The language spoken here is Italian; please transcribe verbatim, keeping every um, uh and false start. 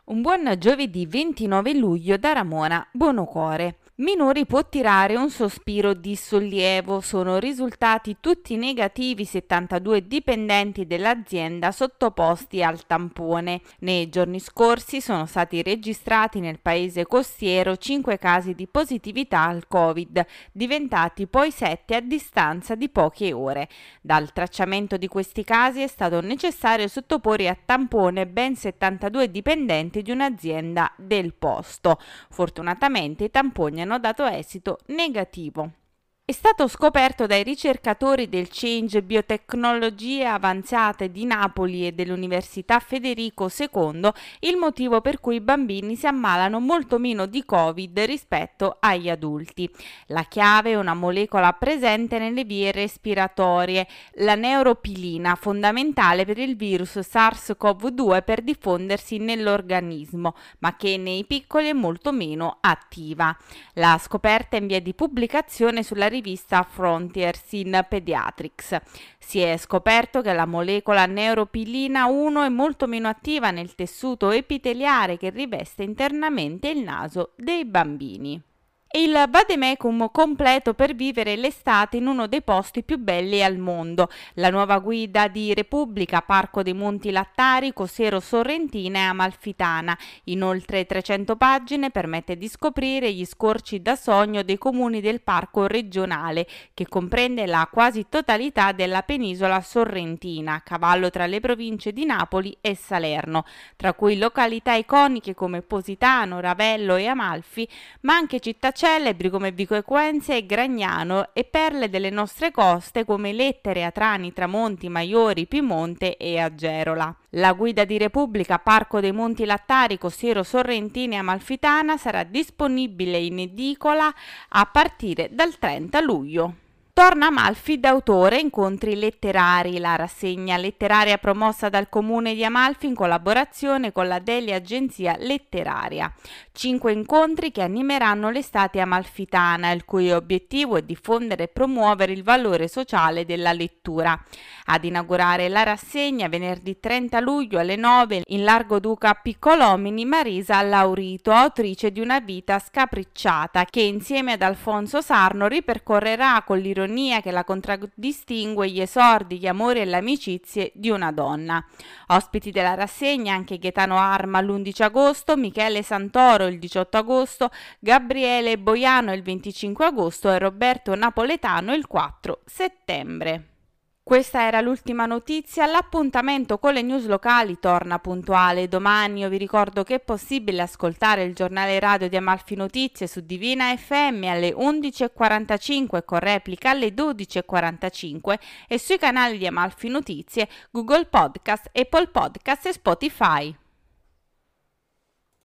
Un buon giovedì ventinove luglio da Ramona Bonocore. Minori può tirare un sospiro di sollievo, sono risultati tutti negativi settantadue dipendenti dell'azienda sottoposti al tampone. Nei giorni scorsi sono stati registrati nel paese costiero cinque casi di positività al Covid, diventati poi sette a distanza di poche ore. Dal tracciamento di questi casi è stato necessario sottoporre a tampone ben settantadue dipendenti di un'azienda del posto. Fortunatamente i tamponi hanno dato esito negativo. È stato scoperto dai ricercatori del Change Biotecnologie Avanzate di Napoli e dell'Università Federico secondo il motivo per cui i bambini si ammalano molto meno di Covid rispetto agli adulti. La chiave è una molecola presente nelle vie respiratorie, la neuropilina, fondamentale per il virus SARS-CoV due per diffondersi nell'organismo, ma che nei piccoli è molto meno attiva. La scoperta è in via di pubblicazione sulla rivista Frontiers in Pediatrics. Si è scoperto che la molecola neuropilina uno è molto meno attiva nel tessuto epiteliare che riveste internamente il naso dei bambini. Il vademecum completo per vivere l'estate in uno dei posti più belli al mondo. La nuova guida di Repubblica, Parco dei Monti Lattari, Cosero Sorrentina e Amalfitana, in oltre trecento pagine, permette di scoprire gli scorci da sogno dei comuni del parco regionale, che comprende la quasi totalità della penisola sorrentina, a cavallo tra le province di Napoli e Salerno, tra cui località iconiche come Positano, Ravello e Amalfi, ma anche città celebri come Vico Equense e Gragnano e perle delle nostre coste come Lettere, Atrani, Tramonti, Maiori, Pimonte e Agerola. La guida di Repubblica Parco dei Monti Lattari, Cosiro, Sorrentina e Amalfitana sarà disponibile in edicola a partire dal trenta luglio. Torna Amalfi d'autore, incontri letterari, la rassegna letteraria promossa dal comune di Amalfi in collaborazione con la Delia Agenzia Letteraria. Cinque incontri che animeranno l'estate amalfitana, il cui obiettivo è diffondere e promuovere il valore sociale della lettura. Ad inaugurare la rassegna venerdì trenta luglio alle nove in Largo Duca Piccolomini Marisa Laurito, autrice di Una vita scapricciata, che insieme ad Alfonso Sarno ripercorrerà con l'ironia che la contraddistingue gli esordi, gli amori e le amicizie di una donna. Ospiti della rassegna anche Gaetano Arma l'undici agosto, Michele Santoro il diciotto agosto, Gabriele Boiano il venticinque agosto e Roberto Napoletano il quattro settembre. Questa era l'ultima notizia, l'appuntamento con le news locali torna puntuale domani. Io vi ricordo che è possibile ascoltare il giornale radio di Amalfi Notizie su Divina F M alle undici e quarantacinque con replica alle dodici e quarantacinque e sui canali di Amalfi Notizie, Google Podcast, Apple Podcast e Spotify.